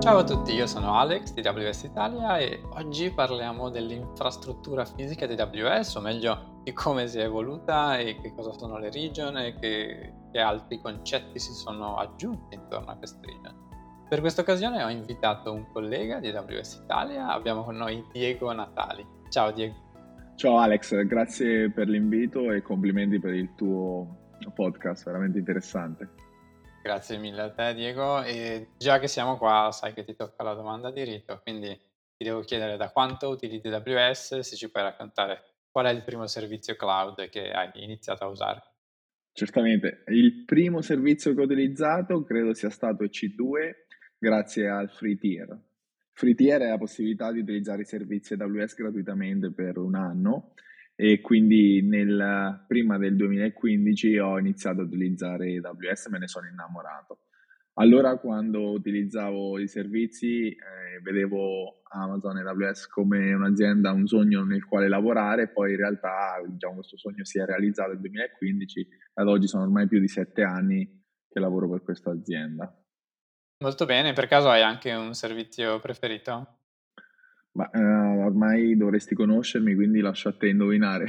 Ciao a tutti, io sono Alex di AWS Italia e oggi parliamo dell'infrastruttura fisica di AWS, o meglio di come si è evoluta e che cosa sono le region e che altri concetti si sono aggiunti intorno a queste region. Per questa occasione ho invitato un collega di AWS Italia, abbiamo con noi Diego Natali. Ciao Diego. Ciao Alex, grazie per l'invito e complimenti per il tuo podcast, veramente interessante. Grazie mille a te Diego, e già che siamo qua sai che ti tocca la domanda di rito, quindi ti devo chiedere da quanto utilizzi AWS, se ci puoi raccontare qual è il primo servizio cloud che hai iniziato a usare. Certamente, il primo servizio che ho utilizzato credo sia stato EC2 grazie al Free Tier. Free Tier è la possibilità di utilizzare i servizi AWS gratuitamente per un anno e quindi prima del 2015 ho iniziato a utilizzare AWS e me ne sono innamorato. Allora, quando utilizzavo i servizi, vedevo Amazon e AWS come un'azienda, un sogno nel quale lavorare, poi in realtà, diciamo, questo sogno si è realizzato nel 2015, ad oggi sono ormai più di 7 anni che lavoro per questa azienda. Molto bene, per caso hai anche un servizio preferito? Ma ormai dovresti conoscermi, quindi lascio a te indovinare.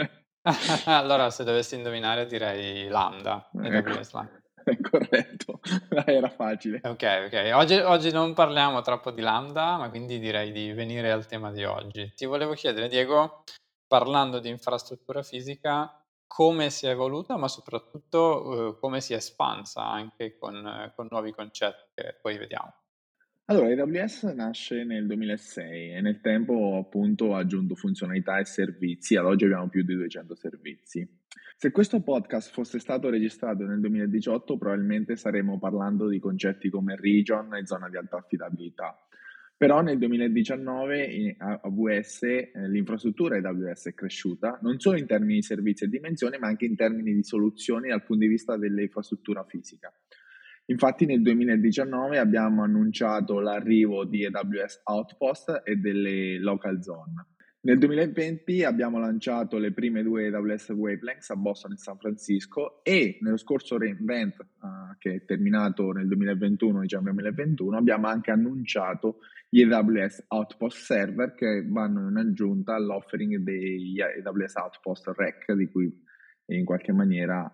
Allora, se dovessi indovinare direi Lambda, Ecco, AWS Lambda. è corretto. Dai, era facile. Ok. Oggi non parliamo troppo di Lambda, ma quindi direi di venire al tema di oggi. Ti volevo chiedere, Diego, parlando di infrastruttura fisica, come si è evoluta, ma soprattutto come si è espansa anche con nuovi concetti che poi vediamo. Allora, AWS nasce nel 2006 e nel tempo appunto ha aggiunto funzionalità e servizi, ad oggi abbiamo più di 200 servizi. Se questo podcast fosse stato registrato nel 2018, probabilmente saremmo parlando di concetti come region e zona di alta affidabilità. Però nel 2019 in AWS, l'infrastruttura AWS è cresciuta, non solo in termini di servizi e dimensioni, ma anche in termini di soluzioni dal punto di vista dell'infrastruttura fisica. Infatti nel 2019 abbiamo annunciato l'arrivo di AWS Outpost e delle Local Zone. Nel 2020 abbiamo lanciato le prime due AWS Wavelengths a Boston e San Francisco e nello scorso reInvent, che è terminato nel 2021, dicembre 2021, abbiamo anche annunciato gli AWS Outpost Server che vanno in aggiunta all'offering degli AWS Outpost Rack di cui in qualche maniera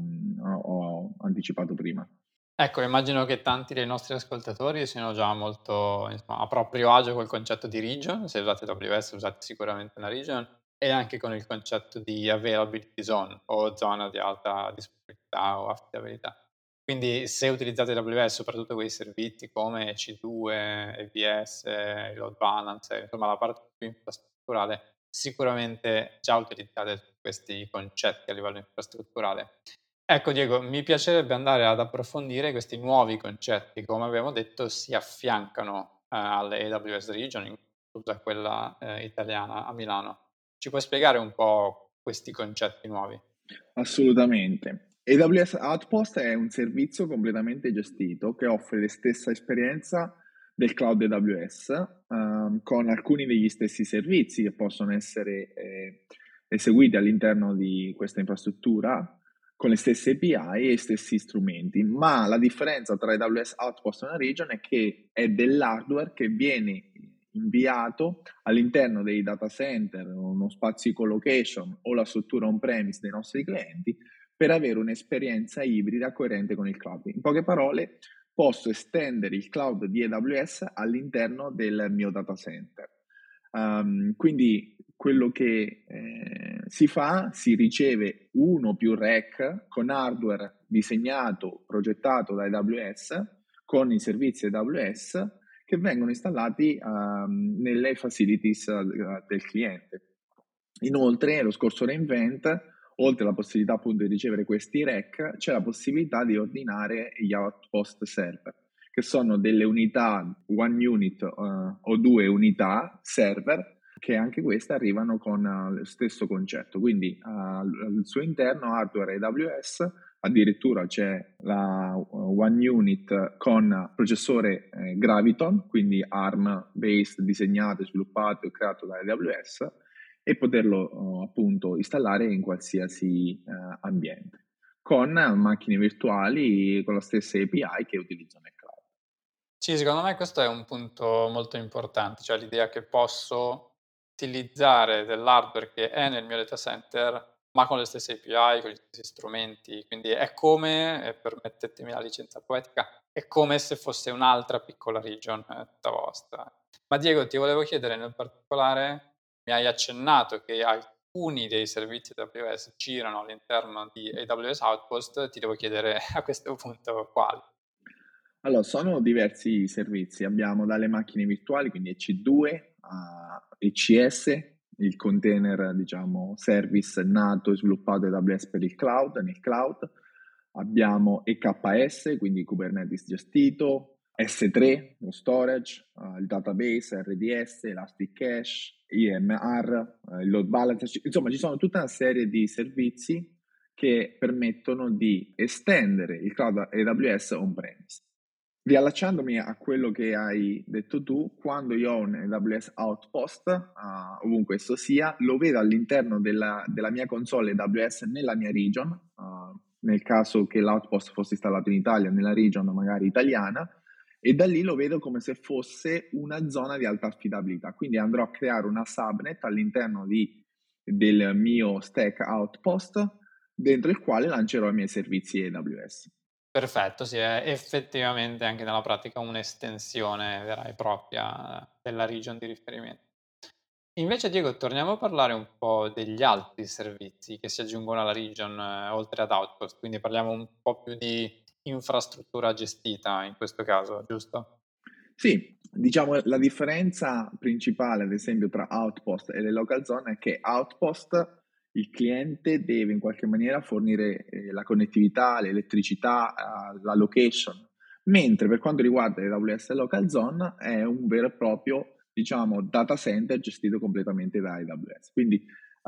ho anticipato prima. Ecco, immagino che tanti dei nostri ascoltatori siano già molto, insomma, a proprio agio col concetto di region. Se usate AWS usate sicuramente una region, e anche con il concetto di availability zone o zona di alta disponibilità o affidabilità. Quindi se utilizzate AWS, soprattutto quei servizi come C2, EBS, il load balancer, insomma la parte più infrastrutturale, sicuramente già utilizzate questi concetti a livello infrastrutturale. Ecco Diego, mi piacerebbe andare ad approfondire questi nuovi concetti che, come abbiamo detto, si affiancano, alle AWS Region, inclusa quella, italiana a Milano. Ci puoi spiegare un po' questi concetti nuovi? Assolutamente. AWS Outpost è un servizio completamente gestito che offre la stessa esperienza del cloud AWS, con alcuni degli stessi servizi che possono essere eseguiti all'interno di questa infrastruttura con le stesse API e gli stessi strumenti. Ma la differenza tra AWS Outpost e una region è che è dell'hardware che viene inviato all'interno dei data center, uno spazio di colocation o la struttura on-premise dei nostri clienti per avere un'esperienza ibrida coerente con il cloud. In poche parole, posso estendere il cloud di AWS all'interno del mio data center. Quindi quello che si fa, si riceve uno o più rack con hardware disegnato, progettato da AWS, con i servizi AWS che vengono installati nelle facilities del cliente. Inoltre, lo scorso reInvent, oltre alla possibilità appunto di ricevere questi rack, c'è la possibilità di ordinare gli Outpost Server, che sono delle unità, one unit o due unità server, che anche queste arrivano con lo stesso concetto. Quindi al suo interno hardware AWS, addirittura c'è la One Unit con processore Graviton, quindi ARM based, disegnato, sviluppato e creato da AWS, e poterlo appunto installare in qualsiasi ambiente, con macchine virtuali con la stessa API che utilizzo nel cloud. Sì, secondo me questo è un punto molto importante, cioè l'idea che posso utilizzare dell'hardware che è nel mio data center, ma con le stesse API, con gli stessi strumenti. Quindi è come, e permettetemi la licenza poetica, è come se fosse un'altra piccola region, tutta vostra. Ma Diego, ti volevo chiedere nel particolare, mi hai accennato che alcuni dei servizi AWS girano all'interno di AWS Outpost, ti devo chiedere a questo punto quali. Allora, sono diversi servizi. Abbiamo dalle macchine virtuali, quindi EC2 a ECS, il container, diciamo, service nato e sviluppato da AWS per il cloud, nel cloud. Abbiamo EKS, quindi Kubernetes gestito, S3, lo storage, il database, RDS, Elastic Cache, IMR, il load balancer. Insomma, ci sono tutta una serie di servizi che permettono di estendere il cloud AWS on-premise. Riallacciandomi a quello che hai detto tu, quando io ho un AWS Outpost, ovunque esso sia, lo vedo all'interno della mia console AWS nella mia region, nel caso che l'Outpost fosse installato in Italia, nella region magari italiana, e da lì lo vedo come se fosse una zona di alta affidabilità. Quindi andrò a creare una subnet all'interno del mio stack Outpost, dentro il quale lancerò i miei servizi AWS. Perfetto, sì, è effettivamente anche nella pratica un'estensione vera e propria della region di riferimento. Invece Diego, torniamo a parlare un po' degli altri servizi che si aggiungono alla region, oltre ad Outpost, quindi parliamo un po' più di infrastruttura gestita in questo caso, giusto? Sì, diciamo la differenza principale, ad esempio, tra Outpost e le local zone è che Outpost il cliente deve in qualche maniera fornire la connettività, l'elettricità, la location, mentre per quanto riguarda le AWS Local Zone è un vero e proprio, diciamo, data center gestito completamente da AWS. Quindi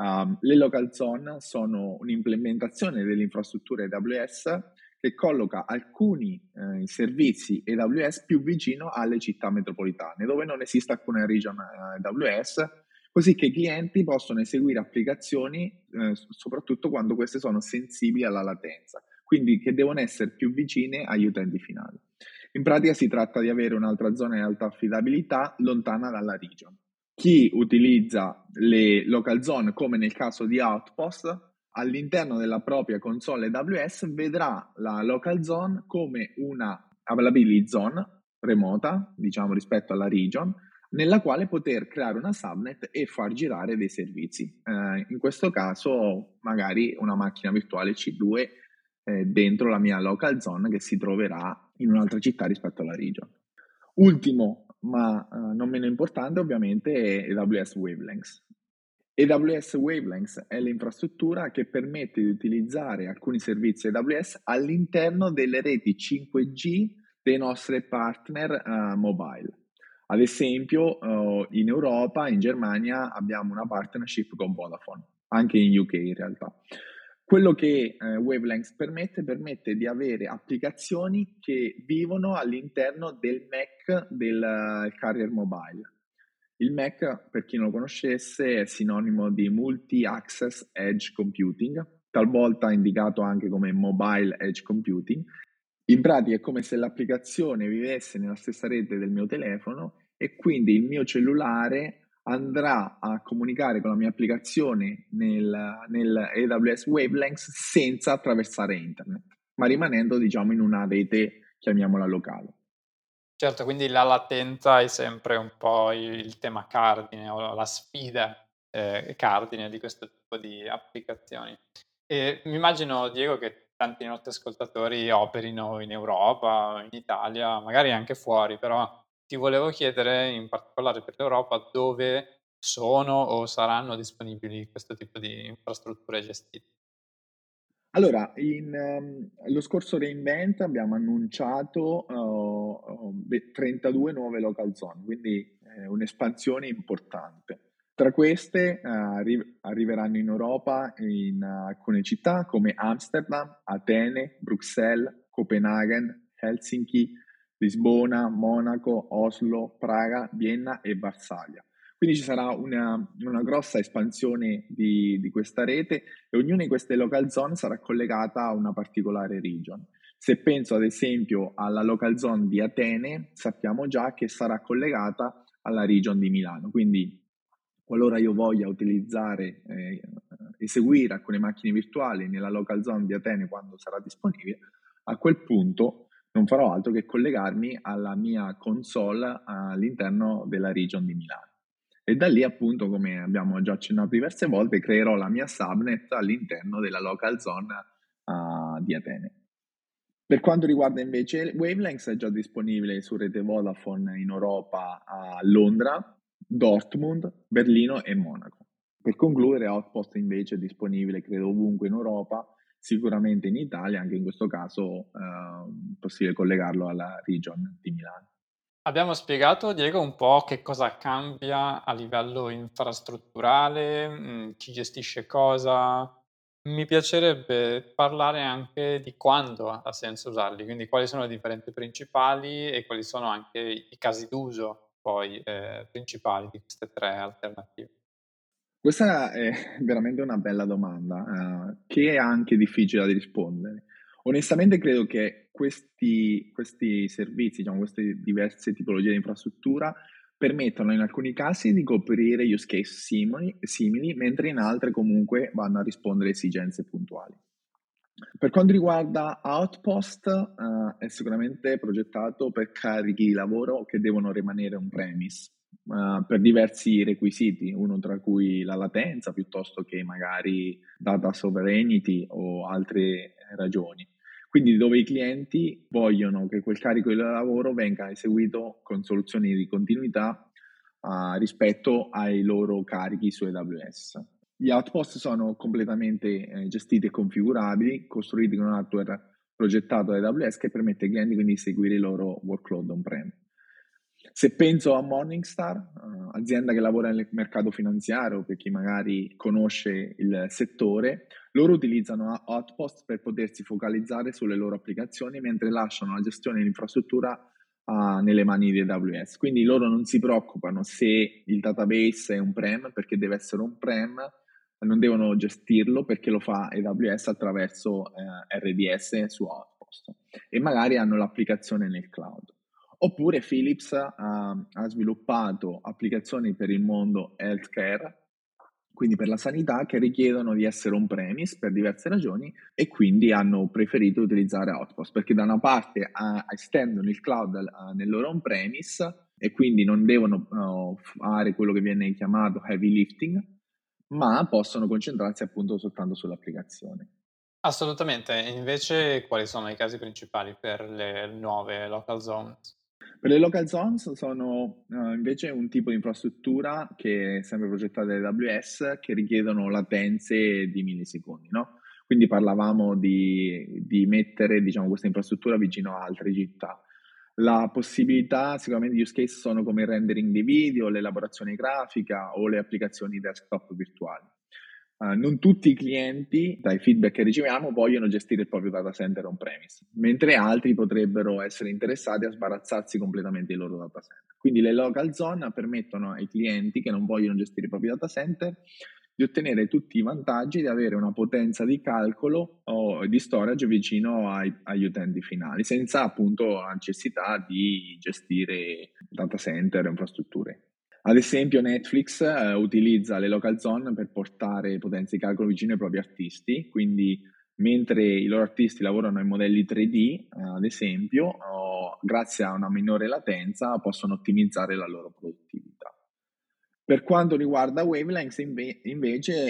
le local zone sono un'implementazione dell'infrastruttura AWS che colloca alcuni servizi AWS più vicino alle città metropolitane, dove non esiste alcuna region AWS, così che i clienti possono eseguire applicazioni, soprattutto quando queste sono sensibili alla latenza, quindi che devono essere più vicine agli utenti finali. In pratica si tratta di avere un'altra zona di alta affidabilità lontana dalla region. Chi utilizza le local zone, come nel caso di Outpost, all'interno della propria console AWS vedrà la local zone come una availability zone remota, diciamo rispetto alla region, nella quale poter creare una subnet e far girare dei servizi. In questo caso magari una macchina virtuale C2 dentro la mia local zone che si troverà in un'altra città rispetto alla region. Ultimo, ma non meno importante, ovviamente, è AWS Wavelengths. AWS Wavelengths è l'infrastruttura che permette di utilizzare alcuni servizi AWS all'interno delle reti 5G dei nostri partner mobile. Ad esempio, in Europa, in Germania, abbiamo una partnership con Vodafone, anche in UK in realtà. Quello che Wavelengths permette di avere applicazioni che vivono all'interno del Mac del carrier mobile. Il Mac, per chi non lo conoscesse, è sinonimo di Multi-Access Edge Computing, talvolta indicato anche come Mobile Edge Computing. In pratica è come se l'applicazione vivesse nella stessa rete del mio telefono e quindi il mio cellulare andrà a comunicare con la mia applicazione nel AWS Wavelengths senza attraversare internet, ma rimanendo, diciamo, in una rete, chiamiamola locale. Certo, quindi la latenza è sempre un po' il tema cardine o la sfida, cardine di questo tipo di applicazioni. E mi immagino, Diego, che tanti dei nostri ascoltatori operino in Europa, in Italia, magari anche fuori, però ti volevo chiedere, in particolare per l'Europa, dove sono o saranno disponibili questo tipo di infrastrutture gestite. Allora, lo scorso reInvent abbiamo annunciato 32 nuove local zone, quindi un'espansione importante. Tra queste arriveranno in Europa in alcune città come Amsterdam, Atene, Bruxelles, Copenaghen, Helsinki, Lisbona, Monaco, Oslo, Praga, Vienna e Varsavia. Quindi ci sarà una grossa espansione di questa rete e ognuna di queste local zone sarà collegata a una particolare region. Se penso ad esempio alla local zone di Atene, sappiamo già che sarà collegata alla region di Milano, quindi qualora io voglia utilizzare, eseguire alcune macchine virtuali nella local zone di Atene quando sarà disponibile, a quel punto non farò altro che collegarmi alla mia console all'interno della region di Milano. E da lì, appunto, come abbiamo già accennato diverse volte, creerò la mia subnet all'interno della local zone di Atene. Per quanto riguarda invece Wavelengths, è già disponibile su rete Vodafone in Europa a Londra, Dortmund, Berlino e Monaco. Per concludere, Outpost invece è disponibile credo ovunque in Europa, sicuramente in Italia, anche in questo caso è possibile collegarlo alla region di Milano. Abbiamo spiegato, Diego, un po' che cosa cambia a livello infrastrutturale, chi gestisce cosa. Mi piacerebbe parlare anche di quando ha senso usarli, quindi quali sono le differenze principali e quali sono anche i casi d'uso poi, principali di queste 3 alternative. Questa è veramente una bella domanda, che è anche difficile da rispondere. Onestamente credo che questi servizi, diciamo queste diverse tipologie di infrastruttura, permettono in alcuni casi di coprire use case simili, mentre in altre comunque vanno a rispondere a esigenze puntuali. Per quanto riguarda Outpost, è sicuramente progettato per carichi di lavoro che devono rimanere on-premise, per diversi requisiti, uno tra cui la latenza, piuttosto che magari data sovereignty o altre ragioni. Quindi dove i clienti vogliono che quel carico di lavoro venga eseguito con soluzioni di continuità, rispetto ai loro carichi su AWS. Gli outpost sono completamente gestiti e configurabili, costruiti con un hardware progettato da AWS che permette ai clienti quindi di seguire i loro workload on-prem. Se penso a Morningstar, azienda che lavora nel mercato finanziario, per chi magari conosce il settore, loro utilizzano Outpost per potersi focalizzare sulle loro applicazioni mentre lasciano la gestione dell'infrastruttura nelle mani di AWS. Quindi loro non si preoccupano se il database è on-prem, perché deve essere on-prem, non devono gestirlo perché lo fa AWS attraverso RDS su Outpost e magari hanno l'applicazione nel cloud. Oppure Philips ha sviluppato applicazioni per il mondo healthcare, quindi per la sanità, che richiedono di essere on-premise per diverse ragioni e quindi hanno preferito utilizzare Outpost perché da una parte estendono il cloud nel loro on-premise e quindi non devono fare quello che viene chiamato heavy lifting, ma possono concentrarsi appunto soltanto sull'applicazione. Assolutamente. E invece quali sono i casi principali per le nuove local zones? Per le local zones sono invece un tipo di infrastruttura che è sempre progettata da AWS che richiedono latenze di millisecondi, no? Quindi parlavamo di mettere, diciamo, questa infrastruttura vicino a altre città. La possibilità, sicuramente, di use case sono come il rendering di video, l'elaborazione grafica o le applicazioni desktop virtuali. Non tutti i clienti, dai feedback che riceviamo, vogliono gestire il proprio data center on-premise, mentre altri potrebbero essere interessati a sbarazzarsi completamente dei loro data center. Quindi le local zone permettono ai clienti che non vogliono gestire i propri data center di ottenere tutti i vantaggi di avere una potenza di calcolo o di storage vicino agli utenti finali, senza appunto la necessità di gestire data center e infrastrutture. Ad esempio Netflix utilizza le local zone per portare potenze di calcolo vicino ai propri artisti, quindi mentre i loro artisti lavorano in modelli 3D, ad esempio, grazie a una minore latenza possono ottimizzare la loro produttività. Per quanto riguarda Wavelengths invece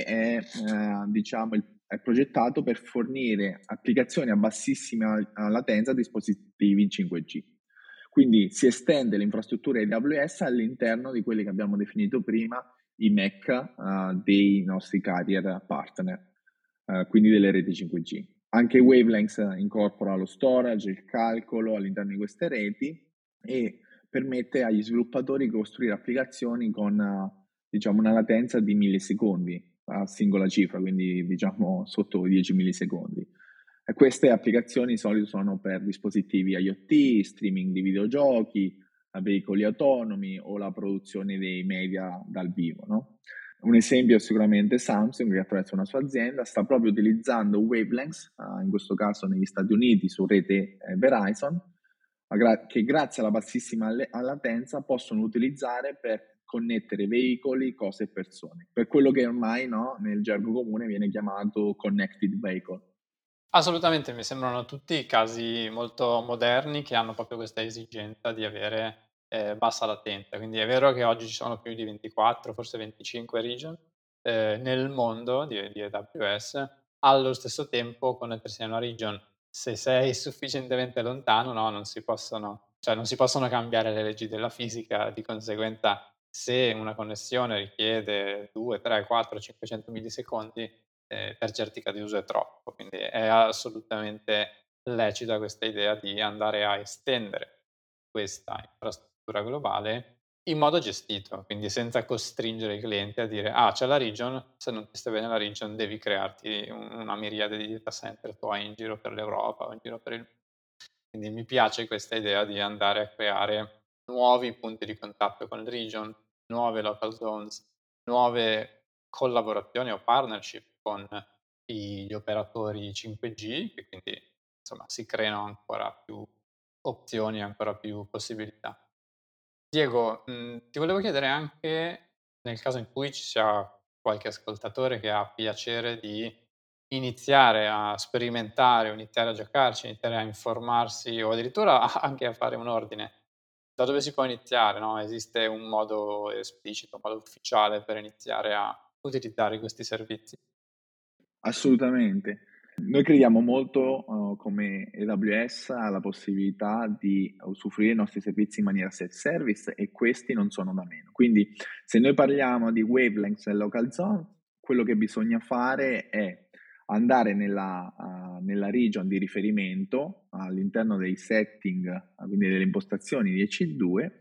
diciamo, è progettato per fornire applicazioni a bassissima latenza a dispositivi 5G. Quindi si estende l'infrastruttura AWS all'interno di quelli che abbiamo definito prima i MEC dei nostri carrier partner, quindi delle reti 5G. Anche Wavelengths incorpora lo storage, il calcolo all'interno di queste reti e permette agli sviluppatori di costruire applicazioni con diciamo, una latenza di millisecondi a singola cifra, quindi diciamo sotto i 10 millisecondi. E queste applicazioni di solito sono per dispositivi IoT, streaming di videogiochi, veicoli autonomi o la produzione dei media dal vivo, no? Un esempio è sicuramente Samsung, che attraverso una sua azienda sta proprio utilizzando wavelengths, in questo caso negli Stati Uniti su rete Verizon, che grazie alla bassissima latenza possono utilizzare per connettere veicoli, cose e persone, per quello che ormai, no, nel gergo comune viene chiamato connected vehicle. Assolutamente, mi sembrano tutti casi molto moderni che hanno proprio questa esigenza di avere, bassa latenza. Quindi è vero che oggi ci sono più di 24, forse 25 region, nel mondo di AWS. Allo stesso tempo connettersi a una region, se sei sufficientemente lontano, no, non si possono cambiare le leggi della fisica, di conseguenza se una connessione richiede 2, 3, 4, 500 millisecondi, per certi casi d'uso è troppo, quindi è assolutamente lecita questa idea di andare a estendere questa infrastruttura globale in modo gestito, quindi senza costringere i clienti a dire: "Ah, c'è la region, se non ti sta bene la region devi crearti una miriade di data center tuoi in giro per l'Europa o in giro per il". Quindi mi piace questa idea di andare a creare nuovi punti di contatto con le region, nuove local zones, nuove collaborazioni o partnership con gli operatori 5G, che quindi insomma si creano ancora più opzioni, ancora più possibilità. Diego, ti volevo chiedere anche, nel caso in cui ci sia qualche ascoltatore che ha piacere di iniziare a sperimentare o iniziare a giocarci, iniziare a informarsi o addirittura anche a fare un ordine, da dove si può iniziare, no, esiste un modo esplicito, un modo ufficiale per iniziare a utilizzare questi servizi? Assolutamente. Noi crediamo molto, come AWS alla possibilità di usufruire i nostri servizi in maniera self-service e questi non sono da meno. Quindi se noi parliamo di wavelengths e local zone, quello che bisogna fare è andare nella region di riferimento all'interno dei setting, quindi delle impostazioni di EC2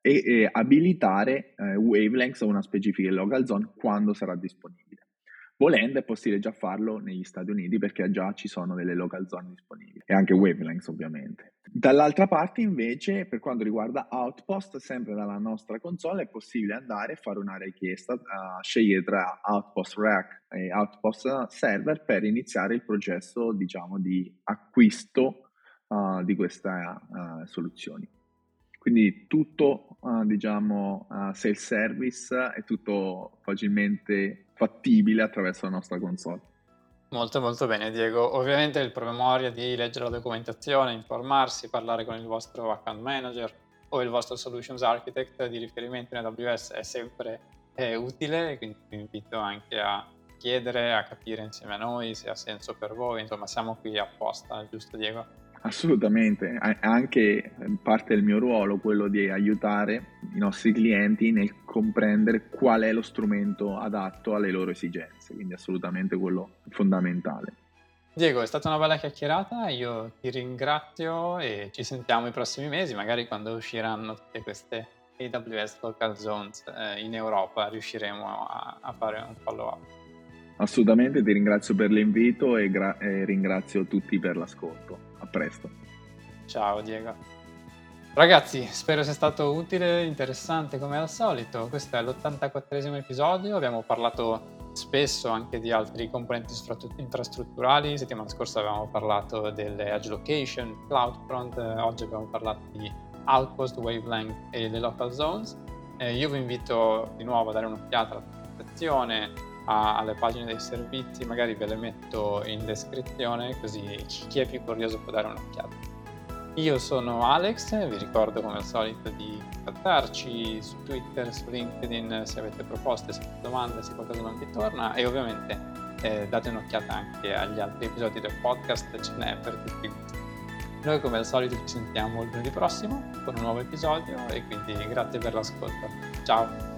e abilitare wavelengths o una specifica local zone quando sarà disponibile. Volendo è possibile già farlo negli Stati Uniti perché già ci sono delle local zone disponibili e anche wavelengths ovviamente. Dall'altra parte invece per quanto riguarda Outpost, sempre dalla nostra console è possibile andare a fare una richiesta, scegliere tra Outpost Rack e Outpost Server per iniziare il processo diciamo di acquisto di queste soluzioni. Quindi tutto, diciamo, self-service è tutto facilmente fattibile attraverso la nostra console. Molto, molto bene Diego. Ovviamente il promemoria di leggere la documentazione, informarsi, parlare con il vostro account manager o il vostro solutions architect di riferimento in AWS è sempre utile, quindi vi invito anche a chiedere, a capire insieme a noi se ha senso per voi, insomma siamo qui apposta, giusto Diego? Assolutamente, anche parte del mio ruolo quello di aiutare i nostri clienti nel comprendere qual è lo strumento adatto alle loro esigenze, quindi assolutamente quello fondamentale. Diego, è stata una bella chiacchierata, io ti ringrazio e ci sentiamo i prossimi mesi, magari quando usciranno tutte queste AWS Local Zones in Europa riusciremo a fare un follow up. Assolutamente, ti ringrazio per l'invito e ringrazio tutti per l'ascolto. A presto. Ciao Diego. Ragazzi, spero sia stato utile, interessante come al solito. Questo è l'84esimo episodio, abbiamo parlato spesso anche di altri componenti infrastrutturali. Settimana scorsa avevamo parlato delle edge location, CloudFront, oggi abbiamo parlato di Outpost, Wavelength e le local zones. Io vi invito di nuovo a dare un'occhiata alla presentazione, alle pagine dei servizi, magari ve le metto in descrizione così chi è più curioso può dare un'occhiata. Io sono Alex, vi ricordo come al solito di contattarci su Twitter, su LinkedIn se avete proposte, se avete domande, se qualcosa non vi torna e ovviamente date un'occhiata anche agli altri episodi del podcast, ce n'è per tutti i gusti. Noi come al solito ci sentiamo il lunedì prossimo con un nuovo episodio e quindi grazie per l'ascolto. Ciao!